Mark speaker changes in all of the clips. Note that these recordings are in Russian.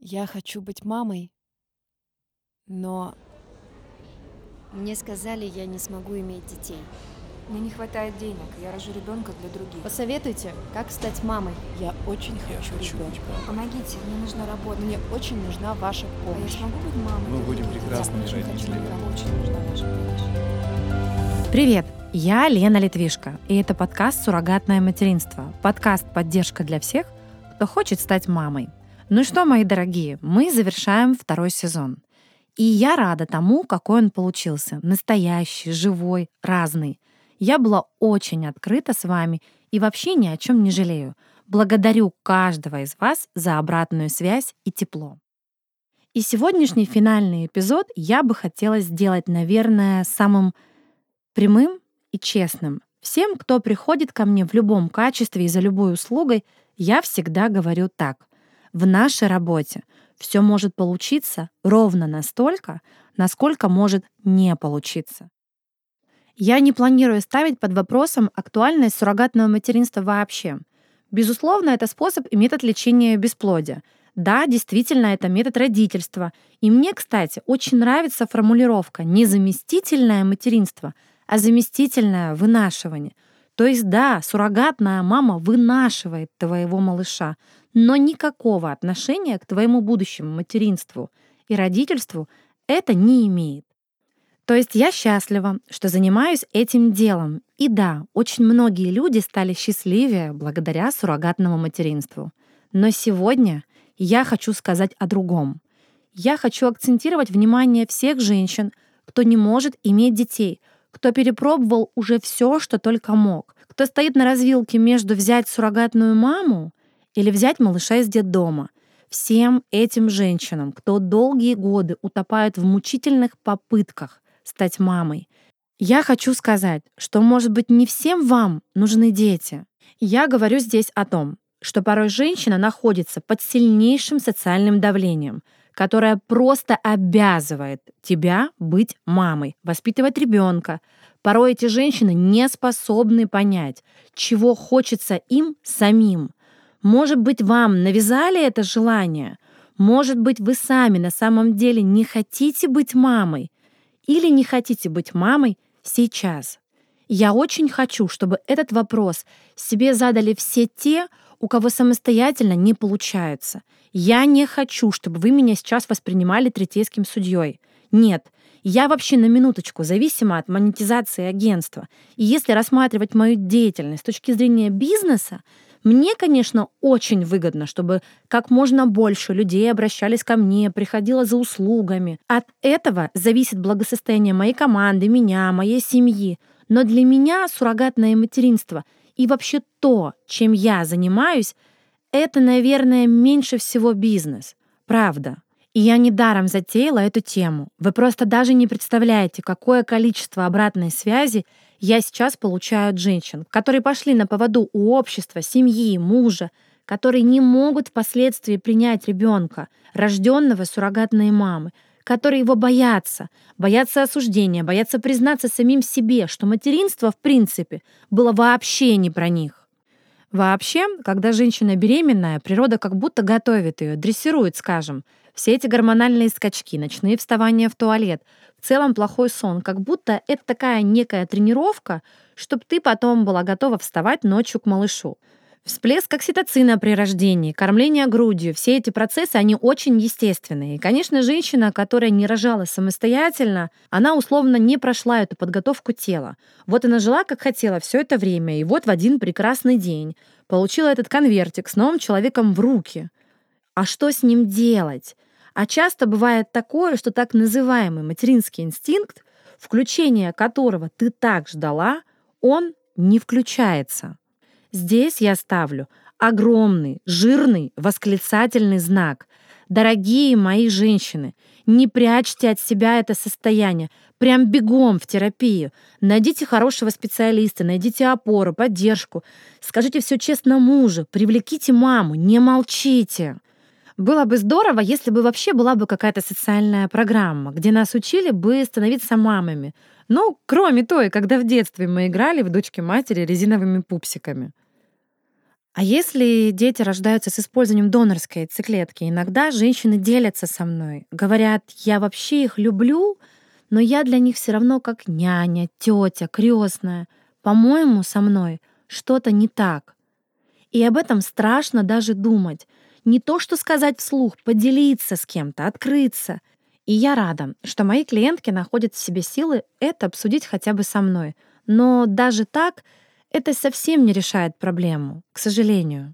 Speaker 1: Я хочу быть мамой, но мне сказали, я не смогу иметь детей.
Speaker 2: Мне не хватает денег, я рожу ребенка для других.
Speaker 1: Посоветуйте, как стать мамой. Я очень
Speaker 3: Я
Speaker 1: хочу
Speaker 3: хочу быть
Speaker 1: ребенка.
Speaker 3: папой.
Speaker 2: Помогите, мне нужна работа.
Speaker 1: Мне очень нужна ваша
Speaker 2: А я
Speaker 1: помощь.
Speaker 2: смогу быть мамой?
Speaker 3: Мы
Speaker 2: для
Speaker 3: будем
Speaker 2: других?
Speaker 3: прекрасными
Speaker 2: Я очень хочу,
Speaker 3: родителями.
Speaker 2: мне очень нужна ваша помощь.
Speaker 4: Привет! Я Лена Литвишко, и это подкаст «Суррогатное материнство». Подкаст «Поддержка для всех, кто хочет стать мамой». Ну что, мои дорогие, мы завершаем второй сезон. И я рада тому, какой он получился. Настоящий, живой, разный. Я была очень открыта с вами и вообще ни о чем не жалею. Благодарю каждого из вас за обратную связь и тепло. И сегодняшний финальный эпизод я бы хотела сделать, наверное, самым прямым и честным. Всем, кто приходит ко мне в любом качестве и за любой услугой, я всегда говорю так. В нашей работе все может получиться ровно настолько, насколько может не получиться. Я не планирую ставить под вопросом актуальность суррогатного материнства вообще. Безусловно, это способ и метод лечения бесплодия. Да, действительно, это метод родительства. И мне, кстати, очень нравится формулировка не заместительное материнство, а заместительное вынашивание. То есть, да, суррогатная мама вынашивает твоего малыша, но никакого отношения к твоему будущему материнству и родительству это не имеет. То есть я счастлива, что занимаюсь этим делом. И да, очень многие люди стали счастливее благодаря суррогатному материнству. Но сегодня я хочу сказать о другом. Я хочу акцентировать внимание всех женщин, кто не может иметь детей, кто перепробовал уже все, что только мог, кто стоит на развилке между взять суррогатную маму или взять малыша из детдома. Всем этим женщинам, кто долгие годы утопает в мучительных попытках стать мамой. Я хочу сказать, что, может быть, не всем вам нужны дети. Я говорю здесь о том, что порой женщина находится под сильнейшим социальным давлением, которое просто обязывает тебя быть мамой, воспитывать ребенка. Порой эти женщины не способны понять, чего хочется им самим. Может быть, вам навязали это желание? Может быть, вы сами на самом деле не хотите быть мамой? Или не хотите быть мамой сейчас? Я очень хочу, чтобы этот вопрос себе задали все те, у кого самостоятельно не получается. Я не хочу, чтобы вы меня сейчас воспринимали третейским судьей. Нет, я вообще на минуточку зависима от монетизации агентства. И если рассматривать мою деятельность с точки зрения бизнеса, мне, конечно, очень выгодно, чтобы как можно больше людей обращались ко мне, приходило за услугами. От этого зависит благосостояние моей команды, меня, моей семьи. Но для меня суррогатное материнство и вообще то, чем я занимаюсь, это, наверное, меньше всего бизнес. Правда. И я недаром затеяла эту тему. Вы просто даже не представляете, какое количество обратной связи я сейчас получаю от женщин, которые пошли на поводу у общества, семьи, мужа, которые не могут впоследствии принять ребенка, рожденного суррогатной мамы, которые его боятся, боятся осуждения, боятся признаться самим себе, что материнство, в принципе, было вообще не про них. Вообще, когда женщина беременная, природа как будто готовит ее, дрессирует, скажем. Все эти гормональные скачки, ночные вставания в туалет, в целом плохой сон, как будто это такая некая тренировка, чтобы ты потом была готова вставать ночью к малышу. Всплеск окситоцина при рождении, кормление грудью, все эти процессы, они очень естественные. И, конечно, женщина, которая не рожала самостоятельно, она условно не прошла эту подготовку тела. Вот она жила, как хотела, все это время, и вот в один прекрасный день получила этот конвертик с новым человеком в руки. А что с ним делать? А часто бывает такое, что так называемый материнский инстинкт, включение которого ты так ждала, он не включается. Здесь я ставлю огромный, жирный восклицательный знак. Дорогие мои женщины, не прячьте от себя это состояние. Прям бегом в терапию. Найдите хорошего специалиста, найдите опору, поддержку. Скажите все честно мужу, привлеките маму, не молчите. Было бы здорово, если бы вообще была бы какая-то социальная программа, где нас учили бы становиться мамами. Ну, кроме той, когда в детстве мы играли в дочки-матери резиновыми пупсиками. А если дети рождаются с использованием донорской яйцеклетки, иногда женщины делятся со мной, говорят, я вообще их люблю, но я для них все равно как няня, тетя, крестная. По-моему, со мной что-то не так. И об этом страшно даже думать. Не то, что сказать вслух, поделиться с кем-то, открыться. И я рада, что мои клиентки находят в себе силы это обсудить хотя бы со мной. Но даже так это совсем не решает проблему, к сожалению.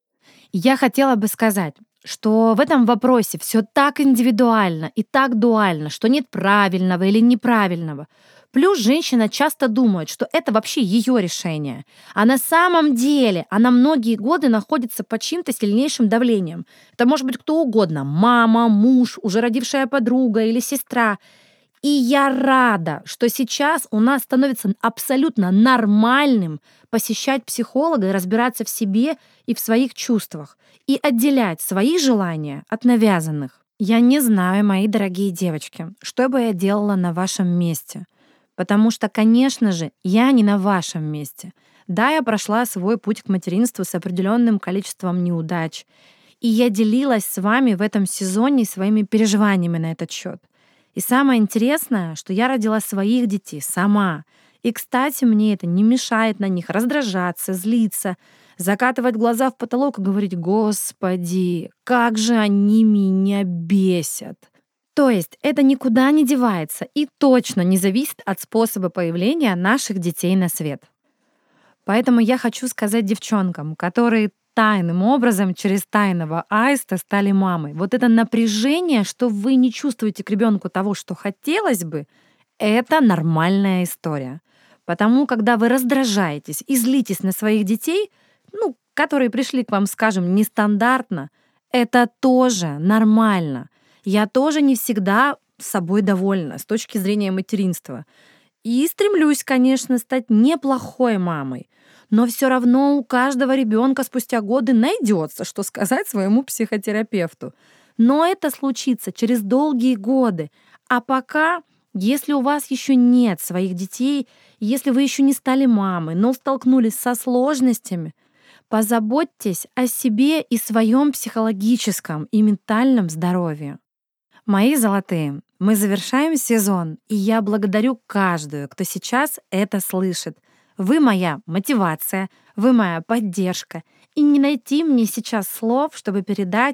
Speaker 4: Я хотела бы сказать, что в этом вопросе все так индивидуально и так дуально, что нет правильного или неправильного. Плюс женщина часто думает, что это вообще ее решение. А на самом деле она многие годы находится под чьим-то сильнейшим давлением. Это может быть кто угодно. Мама, муж, уже родившая подруга или сестра. И я рада, что сейчас у нас становится абсолютно нормальным посещать психолога и разбираться в себе и в своих чувствах, и отделять свои желания от навязанных. Я не знаю, мои дорогие девочки, что бы я делала на вашем месте. Потому что, конечно же, я не на вашем месте. Да, я прошла свой путь к материнству с определенным количеством неудач. И я делилась с вами в этом сезоне своими переживаниями на этот счет. И самое интересное, что я родила своих детей сама. И, кстати, мне это не мешает на них раздражаться, злиться, закатывать глаза в потолок и говорить: «Господи, как же они меня бесят!» То есть это никуда не девается и точно не зависит от способа появления наших детей на свет. Поэтому я хочу сказать девчонкам, которые тайным образом через тайного аиста стали мамой. Вот это напряжение, что вы не чувствуете к ребенку того, что хотелось бы, это нормальная история. Потому когда вы раздражаетесь и злитесь на своих детей, которые пришли к вам, скажем, нестандартно, это тоже нормально. Я тоже не всегда собой довольна с точки зрения материнства. И стремлюсь, конечно, стать неплохой мамой. Но все равно у каждого ребенка спустя годы найдется, что сказать своему психотерапевту. Но это случится через долгие годы. А пока, если у вас еще нет своих детей, если вы еще не стали мамой, но столкнулись со сложностями, позаботьтесь о себе и своем психологическом и ментальном здоровье. Мои золотые, мы завершаем сезон, и я благодарю каждую, кто сейчас это слышит. Вы моя мотивация, вы моя поддержка. И не найти мне сейчас слов, чтобы передать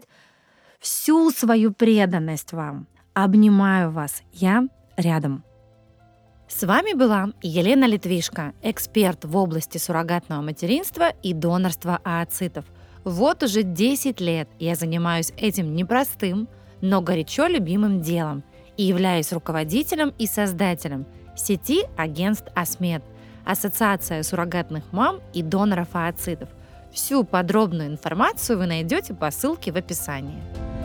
Speaker 4: всю свою преданность вам. Обнимаю вас, я рядом. С вами была Елена Литвишко, эксперт в области суррогатного материнства и донорства ooцитов. Вот уже 10 лет я занимаюсь этим непростым, но горячо любимым делом и являюсь руководителем и создателем сети агентств АСМЕД, Ассоциация суррогатных мам и доноров ooцитов. Всю подробную информацию вы найдете по ссылке в описании.